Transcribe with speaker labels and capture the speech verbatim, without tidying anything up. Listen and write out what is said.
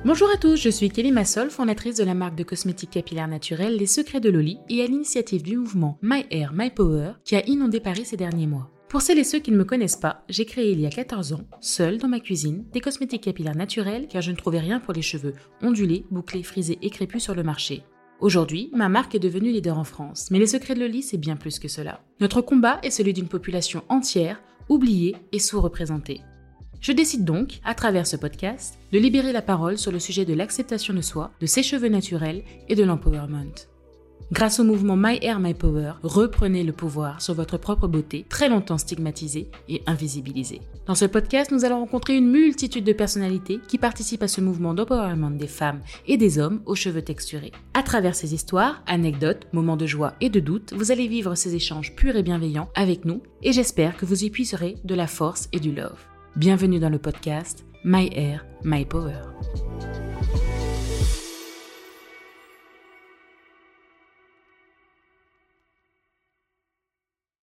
Speaker 1: Bonjour à tous, je suis Kelly Massol, fondatrice de la marque de cosmétiques capillaires naturels Les Secrets de Loli et à l'initiative du mouvement My Hair, My Power qui a inondé Paris ces derniers mois. Pour celles et ceux qui ne me connaissent pas, j'ai créé il y a quatorze ans, seule dans ma cuisine, des cosmétiques capillaires naturels car je ne trouvais rien pour les cheveux ondulés, bouclés, frisés et crépus sur le marché. Aujourd'hui, ma marque est devenue leader en France, mais Les Secrets de Loli, c'est bien plus que cela. Notre combat est celui d'une population entière, oubliée et sous-représentée. Je décide donc, à travers ce podcast, de libérer la parole sur le sujet de l'acceptation de soi, de ses cheveux naturels et de l'empowerment. Grâce au mouvement My Hair, My Power, reprenez le pouvoir sur votre propre beauté, très longtemps stigmatisée et invisibilisée. Dans ce podcast, nous allons rencontrer une multitude de personnalités qui participent à ce mouvement d'empowerment des femmes et des hommes aux cheveux texturés. À travers ces histoires, anecdotes, moments de joie et de doute, vous allez vivre ces échanges purs et bienveillants avec nous et j'espère que vous y puiserez de la force et du love. Bienvenue dans le podcast My Hair, My Power.